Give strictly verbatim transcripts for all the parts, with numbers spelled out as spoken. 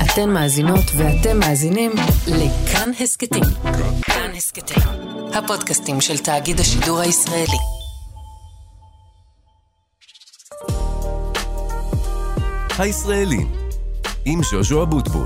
אתן מאזינות ואתם מאזינים לכאן הסקטים. כאן הסקטים, הפודקאסטים של תאגיד השידור הישראלי. הישראלים, עם ז'וז'ו אבוטבול.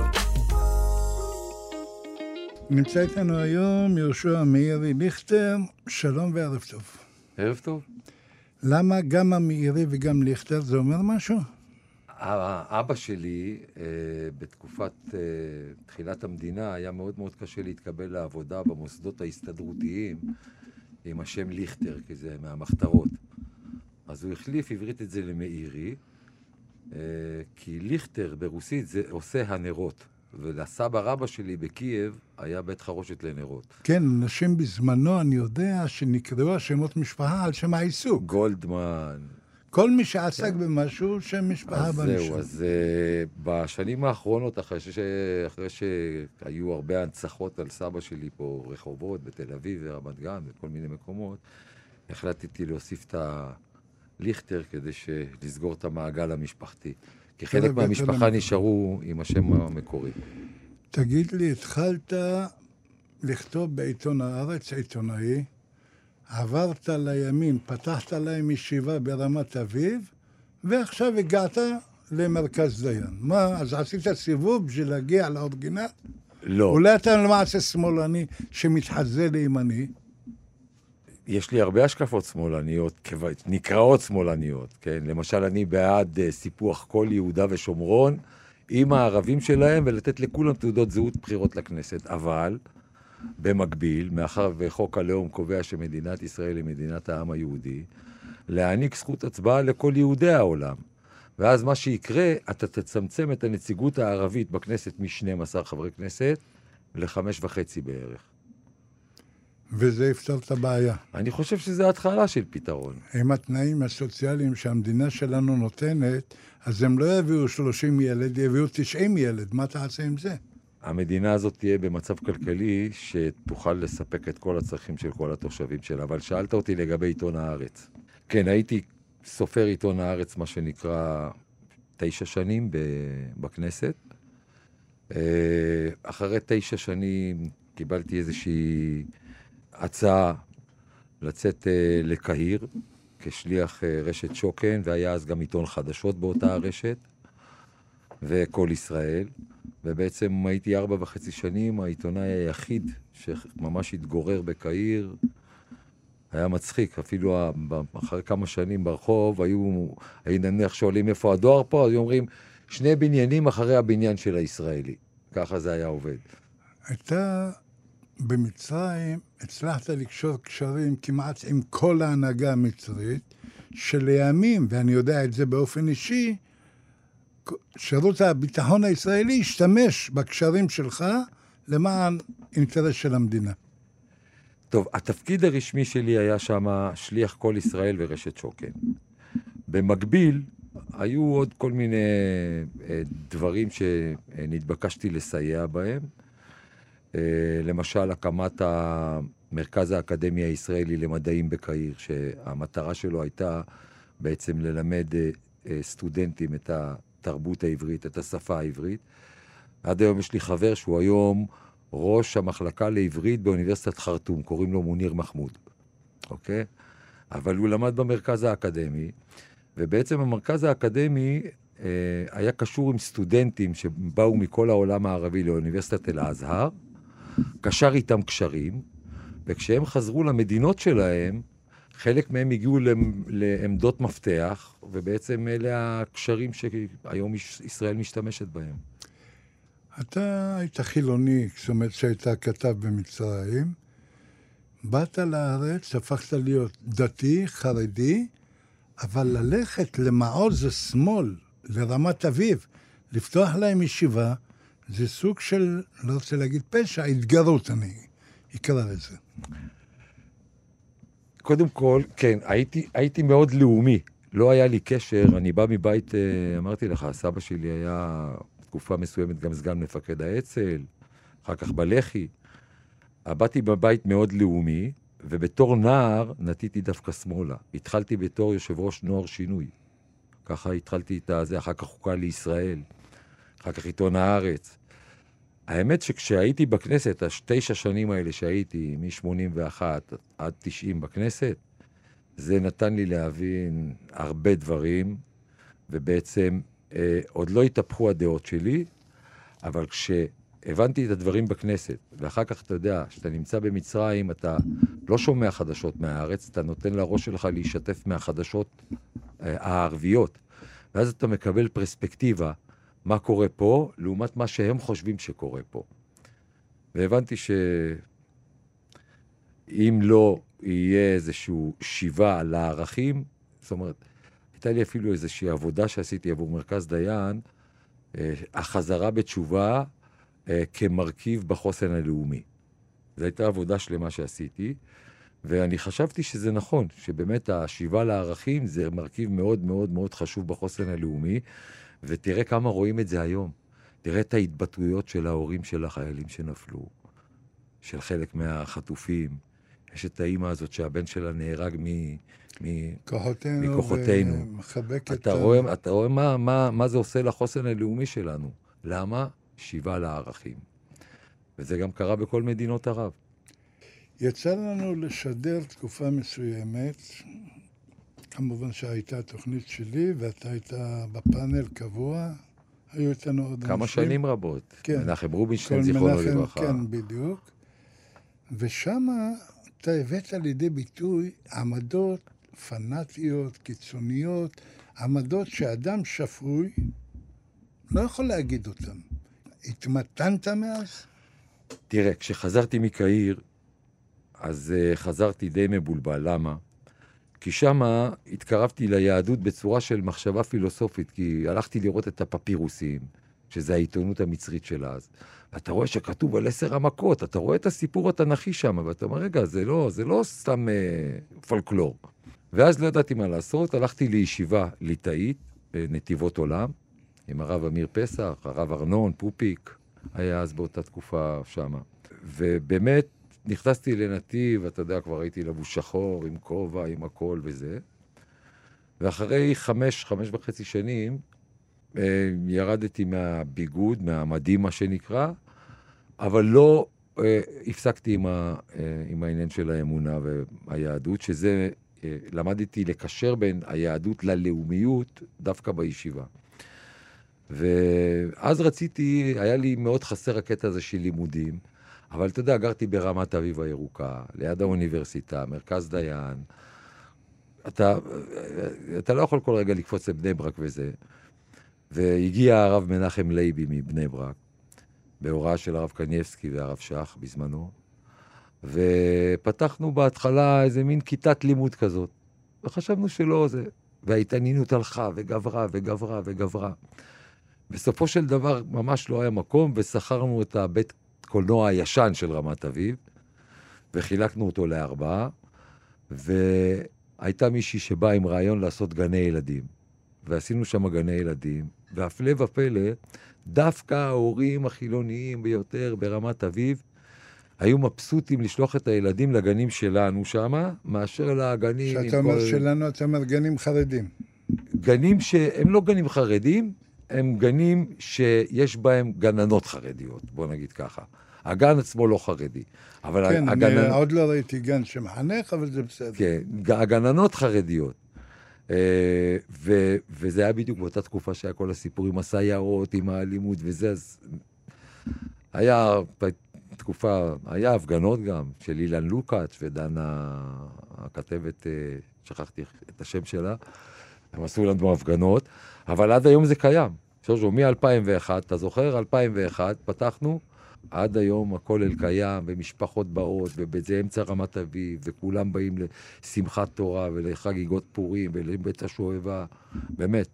נמצא איתנו היום יהושע מאירי ליכטר, שלום וערב טוב. ערב טוב. למה גם המאירי וגם ליכטר זה אומר משהו? האבא שלי, בתקופת תחילת המדינה, היה מאוד מאוד קשה להתקבל לעבודה במוסדות ההסתדרותיים עם השם ליכטר, כי זה מהמחתרות. אז הוא החליף, עברית את זה למאירי, כי ליכטר ברוסית זה עושה הנרות. ולסבא רבא שלי בקייב היה בית חרושת לנרות. כן, אנשים בזמנו, אני יודע, שנקראו השמות משפחה על שם העיסוק. גולדמן. כל מי שעסק כן. במשהו, שם משפחה אז במשהו. זהו, אז uh, בשנים האחרונות, אחרי, ש... אחרי שהיו הרבה הנצחות על סבא שלי פה, רחובות, בתל אביב ורמת גן וכל מיני מקומות, החלטתי להוסיף את הליכטר כדי לסגור את המעגל המשפחתי. כי חלק מהמשפחה נשארו עם השם המקורי. תגיד לי, התחלת לכתוב בעיתון הארץ, עיתונאי, עברת לימין, פתחת להם ישיבה ברמת אביב, ועכשיו הגעת למרכז דיין. מה, אז עשית סיבוב בשביל להגיע לאורגינל? לא. אולי אתה למעשה שמאלני שמתחזה לימני? יש לי הרבה השקפות שמאלניות, נקראות שמאלניות, כן? למשל, אני בעד סיפוח כל יהודה ושומרון עם הערבים שלהם, ולתת לכולם תעודות זהות בחירות לכנסת. אבל, במקביל, מאחר וחוק הלאום קובע שמדינת ישראל היא מדינת העם היהודי, להעניק זכות הצבעה לכל יהודי העולם. ואז מה שיקרה, אתה תצמצם את הנציגות הערבית בכנסת מ-שנים עשר חברי כנסת לחמש וחצי בערך. וזה יפתור את הבעיה. אני חושב שזה התחלה של פתרון. עם התנאים הסוציאליים שהמדינה שלנו נותנת, אז הם לא יביאו שלושים ילד, יביאו תשעים ילד. מה תעשה עם זה? המדינה הזאת תהיה במצב כלכלי שתוכל לספק את כל הצרכים של כל התושבים שלה. אבל שאלת אותי לגבי עיתון הארץ. כן, הייתי סופר עיתון הארץ, מה שנקרא תשע שנים בכנסת. אחרי תשע שנים קיבלתי איזושהי הצעה לצאת uh, לקהיר כשליח uh, רשת שוקן, והיה אז גם עיתון חדשות באותה הרשת, וכל ישראל, ובעצם הייתי ארבע וחצי שנים העיתונאי היחיד שממש התגורר בקהיר. היה מצחיק, אפילו אחרי כמה שנים ברחוב, היו, היו נניח שואלים איפה הדואר פה, אז אומרים, שני בניינים אחרי הבניין של הישראלי. ככה זה היה עובד. הייתה במצרים, הצלחת לקשור קשרים כמעט עם כל ההנהגה המצרית, שלימים, ואני יודע את זה באופן אישי, שירות הביטחון הישראלי השתמש בקשרים שלך למען אינטרס של המדינה. טוב, התפקיד הרשמי שלי היה שם שליח כל ישראל ורשת שוקן. במקביל, היו עוד כל מיני דברים שנתבקשתי לסייע בהם. למשל, הקמת המרכז האקדמי הישראלי למדעים בקהיר, שהמטרה שלו הייתה בעצם ללמד סטודנטים את התרבות העברית, את השפה העברית. עד היום יש לי חבר שהוא היום ראש המחלקה לעברית באוניברסיטת חרטום, קוראים לו מוניר מחמוד, אוקיי? אבל הוא למד במרכז האקדמי, ובעצם המרכז האקדמי אה, היה קשור עם סטודנטים שבאו מכל העולם הערבי לאוניברסיטת אל-אזהר, קשר איתם קשרים, וכשהם חזרו למדינות שלהם, חלק מהם הגיעו לעמדות מפתח, ובעצם אלה הקשרים שהיום ישראל משתמשת בהם. אתה היית חילוני, זאת אומרת שהיית כתב במצרים, באת לארץ, הפכת להיות דתי, חרדי, אבל ללכת למעוז השמאל, לרמת אביב, לפתוח להם ישיבה, זה סוג של, לא רוצה להגיד פשע, התגרות, אני אקרא לזה. קודם כל, כן, הייתי, הייתי מאוד לאומי. לא היה לי קשר, אני בא מבית, אמרתי לך, סבא שלי היה תקופה מסוימת גם סגן מפקד האצ"ל, אחר כך בלח"י. באתי בבית מאוד לאומי, ובתור נער נטיתי דווקא שמאלה. התחלתי בתור יושב ראש נוער שינוי. ככה התחלתי את זה, אחר כך חוקה לישראל. אחר כך עיתון הארץ. האמת שכשהייתי בכנסת, השתשע שנים האלה שהייתי, מ-שמונים ואחת עד תשעים בכנסת, זה נתן לי להבין הרבה דברים, ובעצם אה, עוד לא התהפכו הדעות שלי, אבל כשהבנתי את הדברים בכנסת, ואחר כך אתה יודע, כשאתה נמצא במצרים, אתה לא שומע חדשות מהארץ, אתה נותן לראש שלך להשתף מהחדשות אה, הערביות, ואז אתה מקבל פרספקטיבה, מה קורה פה, לעומת מה שהם חושבים שקורה פה. והבנתי שאם לא יהיה איזשהו שיבה על הערכים, זאת אומרת, הייתה לי אפילו איזושהי עבודה שעשיתי עבור מרכז דיין, החזרה בתשובה כמרכיב בחוסן הלאומי. זו הייתה עבודה שלמה שעשיתי, ואני חשבתי שזה נכון, שבאמת השיבה לערכים זה מרכיב מאוד מאוד מאוד חשוב בחוסן הלאומי, ותראה כמה רואים את זה היום. תראה את ההתבטאויות של ההורים של החיילים שנפלו, של חלק מהחטופים. יש את האמא הזאת שהבן שלה נהרג מ... כוחותינו, מכוחותינו. אתה רואה, אתה רואה מה, מה, מה זה עושה לחוסן הלאומי שלנו. למה? שיבה לערכים. וזה גם קרה בכל מדינות ערב. יצא לנו לשדר תקופה מסוימת, כמובן שהייתה תוכנית שלי, ואתה היית בפאנל קבוע, היו איתנו עוד כמה אנשים. שנים רבות. כן. מנחם רובינשטיין, זיכרונו לברכה. כן, בדיוק. ושמה אתה הבאת לידי ביטוי עמדות פנאטיות, קיצוניות, עמדות שאדם שפוי לא יכול להגיד אותן. התמתנת מאז? תראה, כשחזרתי מקהיר, אז uh, חזרתי די מבולבל. למה? כי שמה התקרבתי ליהדות בצורה של מחשבה פילוסופית, כי הלכתי לראות את הפפירוסים, שזה העיתונות המצרית של אז. ואתה רואה שכתוב על עשר המכות, אתה רואה את הסיפור התנ"כי שם, ואתה אומר, רגע, זה לא, זה לא סתם uh, פולקלור. ואז לא ידעתי מה לעשות, הלכתי לישיבה ליטאית, בנתיבות עולם, עם הרב אמיר פסח, הרב ארנון, פופיק, היה אז באותה תקופה שמה. ובאמת, נכנסתי לנתיב, אתה יודע, כבר הייתי לבוש שחור, עם כובע, עם הכל וזה. ואחרי חמש, חמש וחצי שנים, ירדתי מהביגוד, מהמדים, מה שנקרא, אבל לא הפסקתי עם, ה, עם העניין של האמונה והיהדות, שזה, למדתי לקשר בין היהדות ללאומיות דווקא בישיבה. ואז רציתי, היה לי מאוד חסר הקטע הזה של לימודים, אבל אתה יודע, גרתי ברמת אביב הירוקה, ליד האוניברסיטה, מרכז דיין. אתה, אתה לא יכול כל רגע לקפוץ לבני ברק וזה. והגיע הרב מנחם לייבי מבני ברק, בהוראה של הרב קניאבסקי והרב שח בזמנו, ופתחנו בהתחלה איזה מין כיתת לימוד כזאת. וחשבנו שלא זה. וההתעניינות הלכה וגברה וגברה וגברה. בסופו של דבר ממש לא היה מקום, ושכרנו את הבית קולנוע הישן של רמת אביב, וחילקנו אותו לארבעה, והייתה מישהי שבאה עם רעיון לעשות גני ילדים, ועשינו שם גני ילדים, והפלא ופלא, דווקא ההורים החילוניים ביותר ברמת אביב, היו מבסוטים לשלוח את הילדים לגנים שלנו שמה, מאשר לגנים... שאתה אומר כל... שלנו, אתה אומר גנים חרדים. גנים שהם לא גנים חרדים, הם גנים שיש בהם גננות חרדיות, בוא נגיד ככה. הגן עצמו לא חרדי. אבל כן, הגננ... אני עוד לא ראיתי גן שמחנך, אבל זה בסדר. כן, הגננות חרדיות. ו... וזה היה בדיוק באותה תקופה שהיה כל הסיפור עם הסייעות, עם האלימות וזה, אז היה תקופה, היה הפגנות גם, של אילן לוקאץ' ודנה, הכתבת, שכחתי את השם שלה, הם עשו לנו הפגנות, אבל עד היום זה קיים. שושו, מ-אלפיים ואחת, אתה זוכר? אלפיים ואחת, פתחנו, עד היום הכל אל קיים, ומשפחות באות, ובזה אמצע רמת אביב, וכולם באים לשמחת תורה, ולחגיגות פורים, ולבית השואבה, באמת.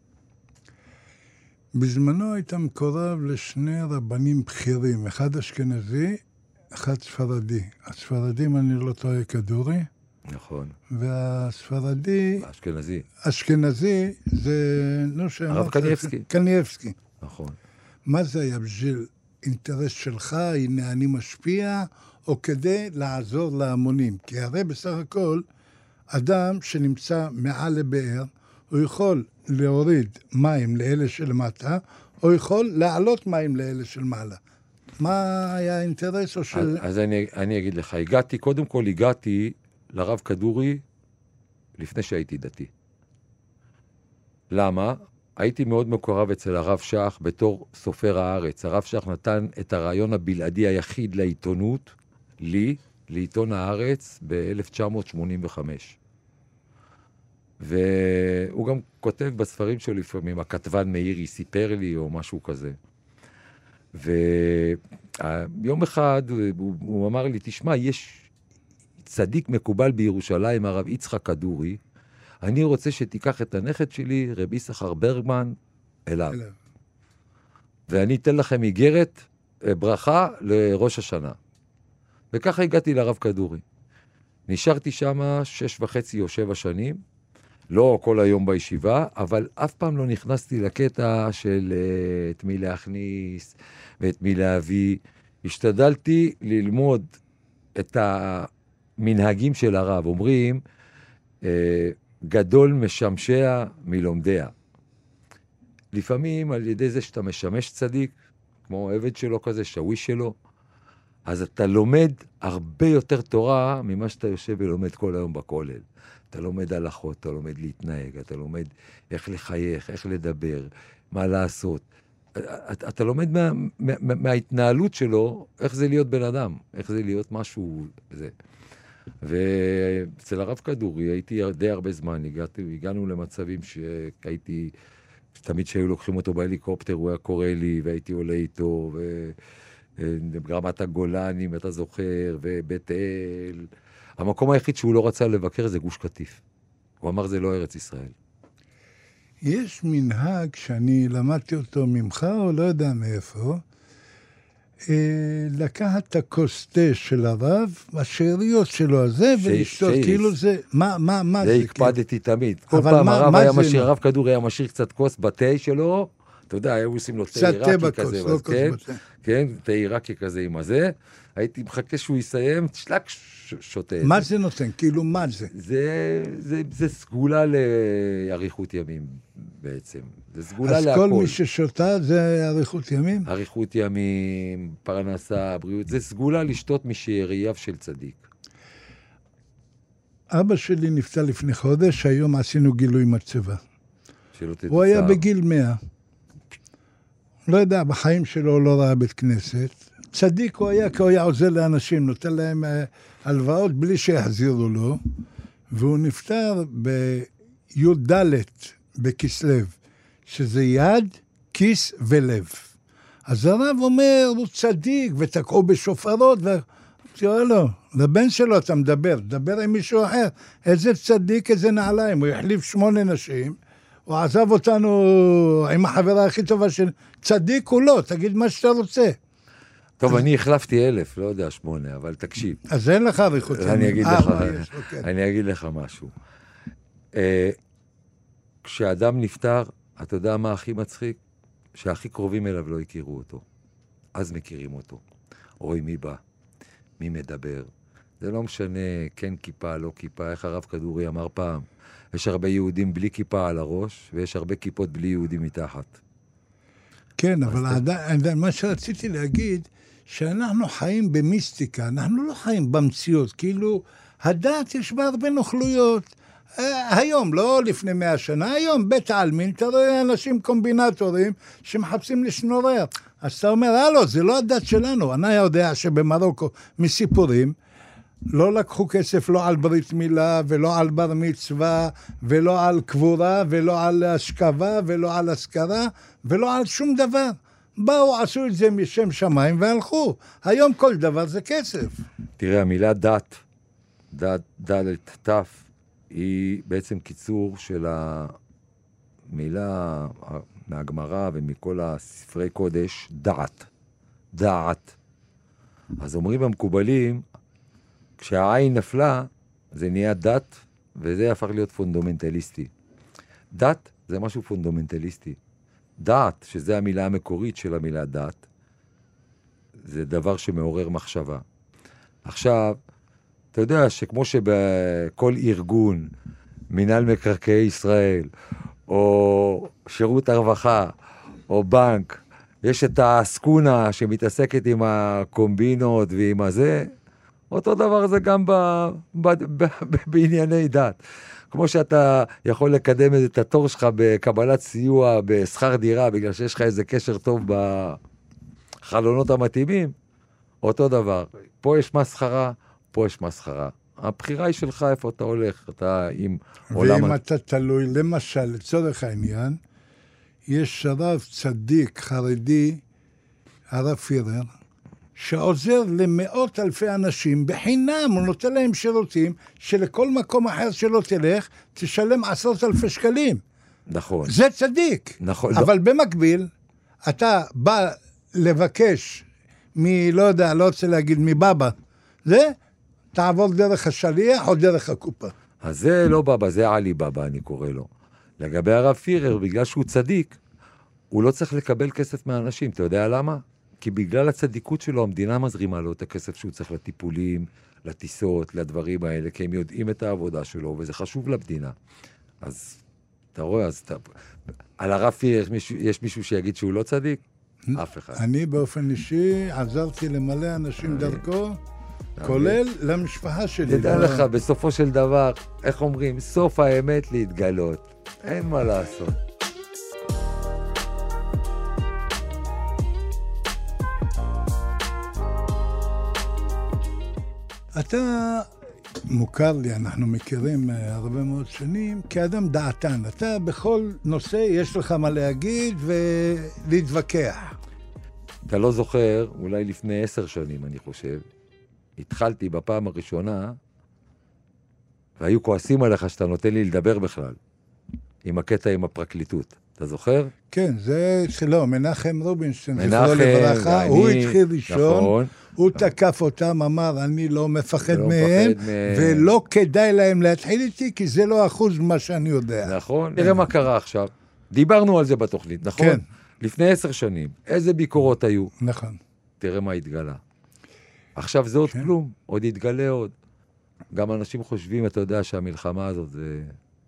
בזמנו היית מקורב לשני רבנים בכירים, אחד אשכנזי, אחד ספרדי. הספרדים, אני לא טועה, כדורי. נכון. והספרדי... אשכנזי. אשכנזי זה... לא שאמרת... הרב קניאבסקי. קניאבסקי. נכון. מה זה היה בשביל אינטרס שלך, הנה אני משפיע, או כדי לעזור להמונים? כי הרי בסך הכל, אדם שנמצא מעל לבאר, הוא יכול להוריד מים לאלה שלמטה, או יכול להעלות מים לאלה של מעלה. מה היה האינטרס או של... אז, אז אני, אני אגיד לך, הגעתי, קודם כל הגעתי לרב כדורי לפני שהייתי דתי. למה? הייתי מאוד מקורב אצל הרב שח בתור סופר הארץ. הרב שח נתן את הרעיון הבלעדי היחיד לעיתונות, לי, לעיתון הארץ, ב-אלף תשע מאות שמונים וחמש. והוא גם כותב בספרים שלו לפעמים, הכתבן מאירי סיפר לי או משהו כזה. ויום אחד הוא, הוא אמר לי, תשמע, יש צדיק מקובל בירושלים, הרב יצחק כדורי, אני רוצה שתיקח את הנכד שלי, רבי יששכר ברגמן, אליו. אליו. ואני אתן לכם איגרת, ברכה לראש השנה. וככה הגעתי לרב כדורי. נשארתי שם שש וחצי או שבע שנים, לא כל היום בישיבה, אבל אף פעם לא נכנסתי לקטע של uh, את מי להכניס ואת מי להביא. השתדלתי ללמוד את המנהגים של הרב. אומרים, uh, גדול משמשע מלומדיה. לפעמים על ידי זה שאתה משמש צדיק, כמו עבד שלו כזה, שוויש שלו, אז אתה לומד הרבה יותר תורה ממה שאתה יושב ולומד כל היום בכולל. אתה לומד הלכות, אתה לומד להתנהג, אתה לומד איך לחייך, איך לדבר, מה לעשות. אתה, אתה לומד מה, מה, מההתנהלות שלו, איך זה להיות בן אדם, איך זה להיות משהו, זה. ואצל הרב כדורי הייתי די הרבה זמן, הגעתי, הגענו למצבים שהייתי, תמיד שהיו לוקחים אותו בהליקופטר, הוא היה קורא לי, והייתי עולה איתו, וברמת הגולן, אם אתה זוכר, ובית אל. המקום היחיד שהוא לא רצה לבקר זה גוש קטיף. הוא אמר, זה לא ארץ ישראל. יש מנהג שאני למדתי אותו ממך, או לא יודע מאיפה, לקחת את הקוסטה של הרב, השאריות שלו הזה, ולשתות, כאילו זה, מה, מה, מה זה? זה הקפדתי תמיד. כל פעם הרב היה משאיר, הרב כדור היה משאיר קצת כוס בתה שלו, אתה יודע, היו עושים לו תה עיראקי כזה, כן, תה עיראקי כזה עם הזה, הייתי מחכה שהוא יסיים, תשלק שותה. מה זה נותן? כאילו, מה זה? זה סגולה לאריכות ימים בעצם. זה סגולה להכל. אז כל מי ששותה זה אריכות ימים? אריכות ימים, פרנסה, בריאות, זה סגולה לשתות משארייו של צדיק. אבא שלי נפטר לפני חודש, היום עשינו גילוי מצבה. הוא היה בגיל מאה. לא יודע, בחיים שלו לא ראה בית כנסת. צדיק הוא היה, כי הוא היה עוזר לאנשים, נותן להם הלוואות בלי שיחזירו לו, והוא נפטר בי"ד בכסלב, שזה יד, כיס ולב. אז הרב אומר, הוא צדיק, ותקעו בשופרות, ותראה לו, לבן שלו אתה מדבר, דבר עם מישהו אחר, איזה צדיק, איזה נעליים, הוא יחליף שמונה נשים, הוא עזב אותנו עם החברה הכי טובה של צדיק הוא לא, תגיד מה שאתה רוצה. טוב, אני החלפתי אלף, לא יודע שמונה, אבל תקשיב. אז אין לך אריכות ימים. אני אגיד לך, אני אגיד לך משהו. כשאדם נפטר, אתה יודע מה הכי מצחיק? שהכי קרובים אליו לא הכירו אותו. אז מכירים אותו. רואים מי בא, מי מדבר. זה לא משנה, כן כיפה, לא כיפה. איך הרב כדורי אמר פעם, יש הרבה יהודים בלי כיפה על הראש, ויש הרבה כיפות בלי יהודים מתחת. כן, אבל עדיין, מה שרציתי להגיד, שאנחנו חיים במיסטיקה, אנחנו לא חיים במציאות, כאילו, הדת יש בה הרבה נוכלויות. היום, לא לפני מאה שנה, היום בית העלמין, אתה רואה אנשים קומבינטורים שמחפשים לשנורר. אז אתה אומר, הלו, זה לא הדת שלנו. אני יודע שבמרוקו, מסיפורים, לא לקחו כסף לא על ברית מילה, ולא על בר מצווה, ולא על קבורה, ולא על השכבה, ולא על השכרה, ולא על שום דבר. באו, עשו את זה משם שמיים והלכו. היום כל דבר זה כסף. תראה, המילה דת, דת, דלת, תף, היא בעצם קיצור של המילה מהגמרא ומכל הספרי קודש, דעת. דעת. אז אומרים המקובלים, כשהעין נפלה, זה נהיה דת, וזה הפך להיות פונדומנטליסטי. דת זה משהו פונדומנטליסטי. דת, שזה המילה המקורית של המילה דת, זה דבר שמעורר מחשבה. עכשיו, אתה יודע שכמו שבכל ארגון, מינהל מקרקעי ישראל, או שירות הרווחה, או בנק, יש את הסקונה שמתעסקת עם הקומבינות ועם הזה, אותו דבר זה גם ב, ב, ב, ב, בענייני דת. כמו שאתה יכול לקדם את התור שלך בקבלת סיוע בשכר דירה, בגלל שיש לך איזה קשר טוב בחלונות המתאימים, אותו דבר. פה יש מסחרה, פה יש מסחרה. הבחירה היא שלך איפה אתה הולך, אתה עם עולם... ואם אתה תלוי, למשל, לצורך העניין, יש רב צדיק חרדי, הרב פירר, שעוזר למאות אלפי אנשים בחינם, הוא נותן להם שירותים, שלכל מקום אחר שלא תלך, תשלם עשרות אלפי שקלים. נכון. זה צדיק. נכון. אבל לא... במקביל, אתה בא לבקש מ... לא יודע, לא רוצה להגיד, מבבא, זה... תעבור דרך השליח או דרך הקופה. אז זה לא בבא, זה עלי בבא, אני קורא לו. לגבי הרב פירר, בגלל שהוא צדיק, הוא לא צריך לקבל כסף מהאנשים. אתה יודע למה? כי בגלל הצדיקות שלו, המדינה מזרימה לו את הכסף שהוא צריך לטיפולים, לטיסות, לדברים האלה, כי הם יודעים את העבודה שלו, וזה חשוב למדינה. אז אתה רואה, אז אתה... על הרב פירר יש מישהו, יש מישהו שיגיד שהוא לא צדיק? אף אחד. אני באופן אישי עזרתי למלא אנשים דרכו, כולל למשפחה שלי. תדע לך, בסופו של דבר, איך אומרים, סוף האמת להתגלות. אין מה לעשות. אתה מוכר לי, אנחנו מכירים הרבה מאוד שנים, כאדם דעתן. אתה בכל נושא יש לך מה להגיד ולהתווכח. אתה לא זוכר, אולי לפני עשר שנים, אני חושב, התחלתי בפעם הראשונה, והיו כועסים עליך שאתה נותן לי לדבר בכלל, עם הקטע עם הפרקליטות. אתה זוכר? כן, זה שלא, מנחם רובינשטיין, מנחם, לברכה, ואני, הוא התחיל ראשון, נכון. הוא תקף אותם, אמר, אני לא מפחד לא מהם, מפחד ולא כדאי להם להתחיל איתי, כי זה לא אחוז מה שאני יודע. נכון. נראה מה קרה עכשיו. דיברנו על זה בתוכנית, נכון? כן. לפני עשר שנים. איזה ביקורות היו? נכון. תראה מה התגלה. עכשיו זה עוד כן. כלום, עוד יתגלה עוד. גם אנשים חושבים, אתה יודע, שהמלחמה הזאת זה...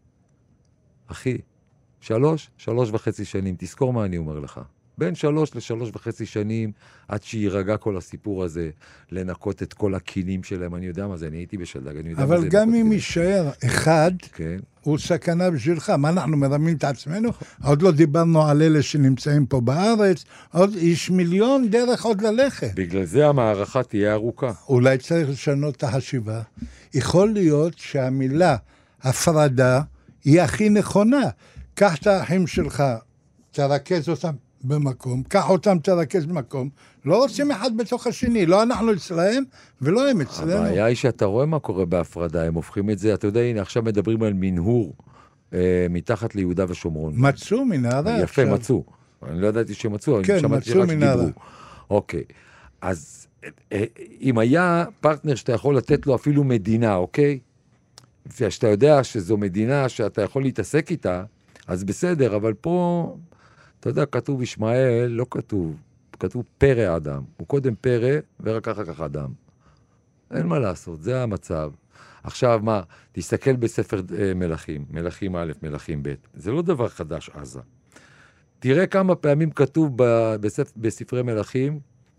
אחי, שלוש, שלוש וחצי שנים, תזכור מה אני אומר לך. בין שלוש לשלוש וחצי שנים, עד שירגע כל הסיפור הזה, לנקות את כל הקינים שלהם, אני יודע מה זה, אני הייתי בשלדג, אני יודע מה זה. אבל גם אם יישאר אחד, כן. הוא סכנה בשבילך. מה אנחנו מרמים את עצמנו? עוד לא דיברנו על אלה שנמצאים פה בארץ, עוד יש מיליון דרך עוד ללכת. בגלל זה המערכה תהיה ארוכה. אולי צריך לשנות את החשיבה. יכול להיות שהמילה הפרדה היא הכי נכונה. קח את האחים שלך, תרכז אותם במקום, קח אותם תרכז במקום, לא רוצים אחד בתוך השני, לא אנחנו אצלהם ולא הם אצלנו. הבעיה היא שאתה רואה מה קורה בהפרדה, הם הופכים את זה, אתה יודע, הנה עכשיו מדברים על מנהור, אה, מתחת ליהודה ושומרון. מצאו מנהרה יפה, עכשיו. מצאו. אני לא ידעתי שמצאו, כן, אני שמעתי מצאו רק מנהרה. שדיברו. אוקיי, אז אה, אם היה פרטנר שאתה יכול לתת לו אפילו מדינה, אוקיי? ושאתה יודע שזו מדינה שאתה יכול להתעסק איתה, אז בסדר, אבל פה, אתה יודע, כתוב ישמעאל, לא כתוב, כתוב פרא אדם. הוא קודם פרא, ורק אחר כך אדם. אין מה לעשות, זה המצב. עכשיו מה, תסתכל בספר אה, מלכים, מלכים א', מלכים ב', זה לא דבר חדש עזה. תראה כמה פעמים כתוב ב, בספ, בספרי מלכים,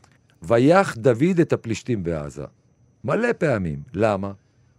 ויח דוד את הפלישתים בעזה. מלא פעמים. למה?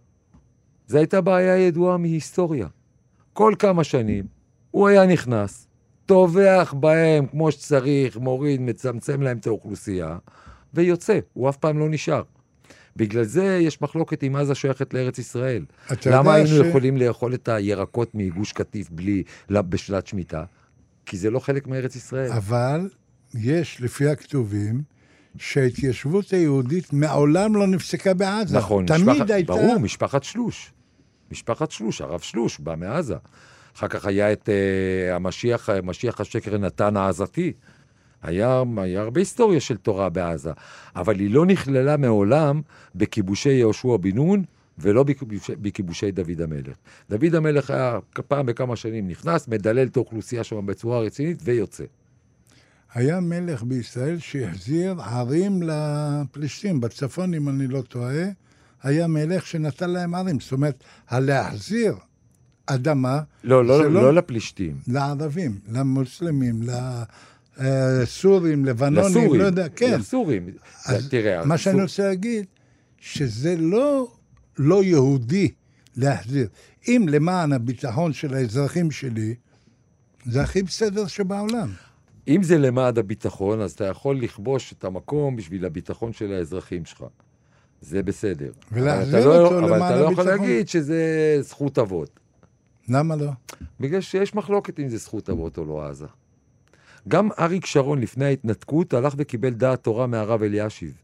זו הייתה בעיה ידועה מהיסטוריה. כל כמה שנים הוא היה נכנס, טובח בהם כמו שצריך, מוריד, מצמצם להם את האוכלוסייה, ויוצא, הוא אף פעם לא נשאר. בגלל זה יש מחלוקת עם עזה שייכת לארץ ישראל. למה היינו ש... יכולים לאכול את הירקות מגוש קטיף בלי, בשלט שמיטה? כי זה לא חלק מארץ ישראל. אבל יש לפי הכתובים, שההתיישבות היהודית מעולם לא נפסקה בעזה. נכון, תמיד משפחת, הייתה... ברור, משפחת שלוש. משפחת שלוש, הרב שלוש, בא מעזה. אחר כך היה את uh, המשיח, המשיח השקר נתן העזתי. היה, היה הרבה היסטוריה של תורה בעזה, אבל היא לא נכללה מעולם בכיבושי יהושע בן נון, ולא בכיבושי, בכיבושי דוד המלך. דוד המלך היה פעם בכמה שנים נכנס, מדלל את האוכלוסייה שם בצורה רצינית ויוצא. היה מלך בישראל שהחזיר ערים לפלישתים, בצפון אם אני לא טועה, היה מלך שנתן להם ערים, זאת אומרת, הלהחזיר אדמה... לא, לא, לא, לא לפלישתים. לערבים, למוסלמים, סורים, לבנונים, לא יודע, כן. לסורים. תראה, מה שאני רוצה להגיד, שזה לא, לא יהודי להחזיר. אם למען הביטחון של האזרחים שלי, זה הכי בסדר שבעולם. אם זה למען הביטחון, אז אתה יכול לכבוש את המקום בשביל הביטחון של האזרחים שלך. זה בסדר. ולהחזיר אותו למען הביטחון. אבל אתה לא יכול להגיד שזה זכות אבות. למה לא? בגלל שיש מחלוקת אם זה זכות אבות או לא עזה. גם אריק שרון לפני ההתנתקות הלך וקיבל דעת תורה מהרב אלישיב.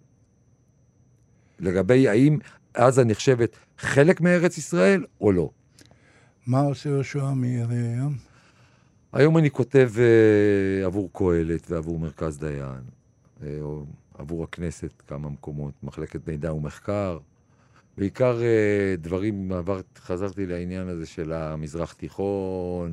לגבי האם עזה נחשבת חלק מארץ ישראל או לא. מה עושה יהושע מאיר היום? היום אני כותב uh, עבור קהלת ועבור מרכז דיין, uh, או עבור הכנסת כמה מקומות, מחלקת מידע ומחקר, בעיקר uh, דברים, עבר, חזרתי לעניין הזה של המזרח תיכון,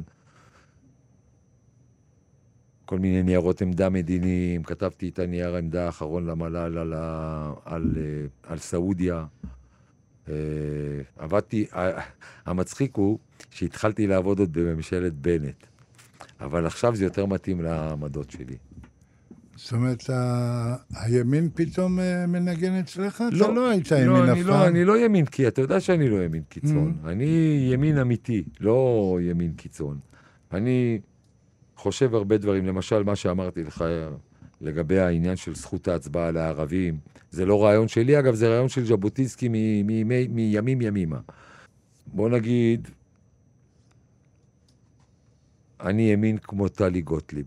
כל מיני ניירות עמדה מדיניים, כתבתי את הנייר העמדה האחרון למל"ל על, על, על, על סעודיה. Uh, עבדתי, uh, המצחיק הוא שהתחלתי לעבוד עוד בממשלת בנט, אבל עכשיו זה יותר מתאים לעמדות שלי. זאת אומרת, ה... הימין פתאום מנגן אצלך? לא, אתה לא היית לא, ימין אני אף לא, פעם. אני לא ימין, כי אתה יודע שאני לא ימין קיצון. Mm-hmm. אני ימין אמיתי, לא ימין קיצון. אני חושב הרבה דברים, למשל מה שאמרתי לך לגבי העניין של זכות ההצבעה לערבים, זה לא רעיון שלי, אגב, זה רעיון של ז'בוטינסקי מימים ימימה. בוא נגיד, אני ימין כמו טלי גוטליב.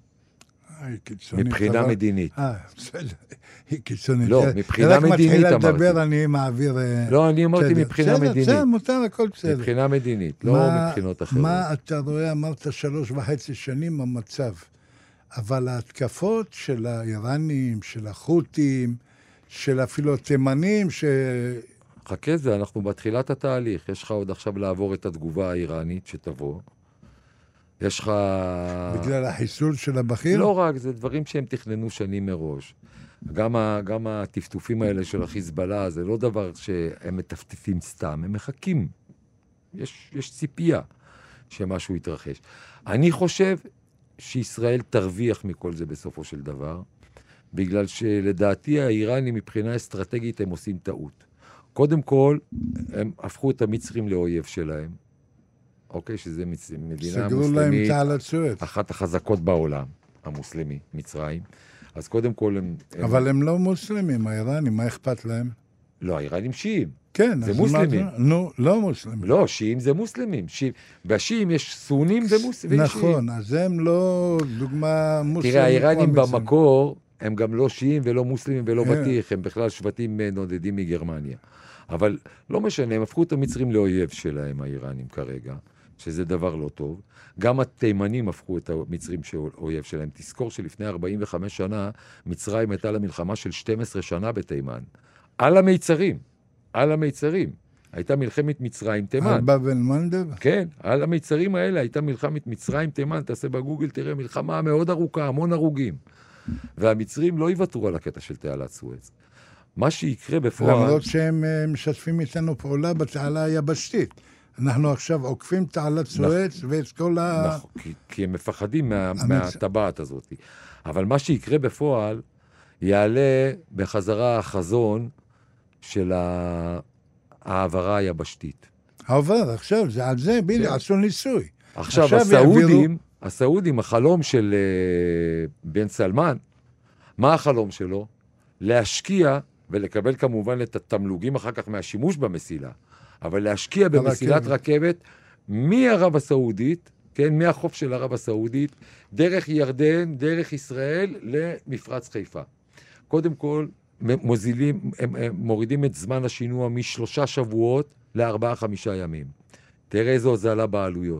מבחינה אבל... מדינית. אה, בסדר. היא קיצונית. לא, מבחינה מדינית אמרתי. רק מתחילה לדבר, אני מעביר... לא, אני אמרתי בסדר. מבחינה בסדר, מדינית. בסדר, מותר, הכל בסדר. מבחינה מדינית, לא מה, מבחינות אחרות. מה אתה רואה, אמרת שלוש וחצי שנים המצב, אבל ההתקפות של האיראנים, של החות'ים, של אפילו התימנים, ש... חכה זה, אנחנו בתחילת התהליך. יש לך עוד עכשיו לעבור את התגובה האיראנית שתבוא. יש לך... בגלל החיסול של הבחיר? לא רק, זה דברים שהם תכננו שנים מראש. גם, ה, גם הטפטופים האלה של החיזבאללה, זה לא דבר שהם מטפטפים סתם, הם מחכים. יש, יש ציפייה שמשהו יתרחש. אני חושב שישראל תרוויח מכל זה בסופו של דבר, בגלל שלדעתי האיראנים מבחינה אסטרטגית הם עושים טעות. קודם כל, הם הפכו את המצרים לאויב שלהם. אוקיי, שזה מדינה מוסלמית, אחת החזקות בעולם, המוסלמי, מצרים. אז קודם כל הם... אבל הם לא מוסלמים, האיראנים, מה אכפת להם? לא, האיראנים שיעים. כן, זה מוסלמים. נו, לא מוסלמים. לא, שיעים זה מוסלמים. בשיעים יש סונים ומוסלמים. נכון, אז הם לא דוגמה מוסלמים. תראה, האיראנים במקור, הם גם לא שיעים ולא מוסלמים ולא בטיח, הם בכלל שבטים נודדים מגרמניה. אבל לא משנה, הם הפכו את המצרים לאויב שלהם, האיראנים כרגע. שזה דבר לא טוב. גם התימנים הפכו את המצרים שאויב שלהם. תזכור שלפני ארבעים וחמש שנה, מצרים הייתה למלחמה של שתים עשרה שנה בתימן. על המיצרים. על המיצרים. הייתה מלחמת מצרים תימן. על בבל מנדב? כן, על המיצרים האלה הייתה מלחמת מצרים תימן. תעשה בגוגל, תראה, מלחמה מאוד ארוכה, המון הרוגים. והמצרים לא יוותרו על הקטע של תעלת סואץ. מה שיקרה בפועל... למרות שהם משתפים איתנו פעולה בתעלה היבשתית. אנחנו עכשיו עוקפים תעלת סואץ ואת כל ה... נכון, כי, כי הם מפחדים מה, מהטבעת הזאת. אבל מה שיקרה בפועל, יעלה בחזרה החזון של העברה היבשתית. העבר, עכשיו, זה על זה, בילי, עשו ניסוי. עכשיו, עכשיו הסעודים, יעבירו... הסעודים, החלום של uh, בן סלמן, מה החלום שלו? להשקיע ולקבל כמובן את התמלוגים אחר כך מהשימוש במסילה. אבל להשקיע במסילת רכבת מערב הסעודית, כן, מהחוף של ערב הסעודית, דרך ירדן, דרך ישראל, למפרץ חיפה. קודם כל, מוזילים, הם, הם מורידים את זמן השינוע משלושה שבועות לארבעה חמישה ימים. תראה איזו הוזלה בעלויות.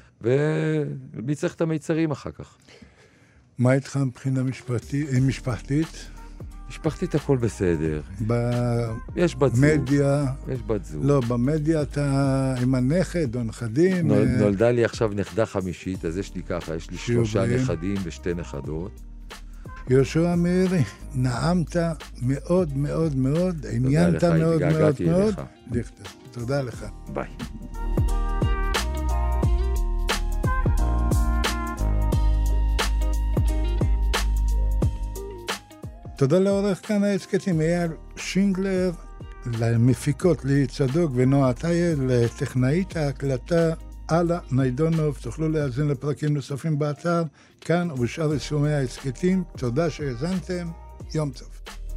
ומי צריך את המיצרים אחר כך? מה איתך מבחינה משפטית? משפחתית? משפחתית הכל בסדר. ב... יש בת זוג. מדיה... יש בת זוג. לא, במדיה אתה עם הנכד או נכדים. נול, נולדה לי עכשיו נכדה חמישית, אז יש לי ככה, יש לי שלושה בין. נכדים ושתי נכדות. יהושע מאירי, נעמת מאוד מאוד מאוד, עניינת מאוד מאוד מאוד. דיכטר, תודה לך. ביי. תודה לעורך כאן ההסכתים, אייל שינדלר, למפיקות לי צדוק ונועה טייל, לטכנאית ההקלטה אלה ניידונוב. תוכלו להאזין לפרקים נוספים באתר, כאן ובשאר יישומי ההסכתים. תודה שהאזנתם, יום טוב.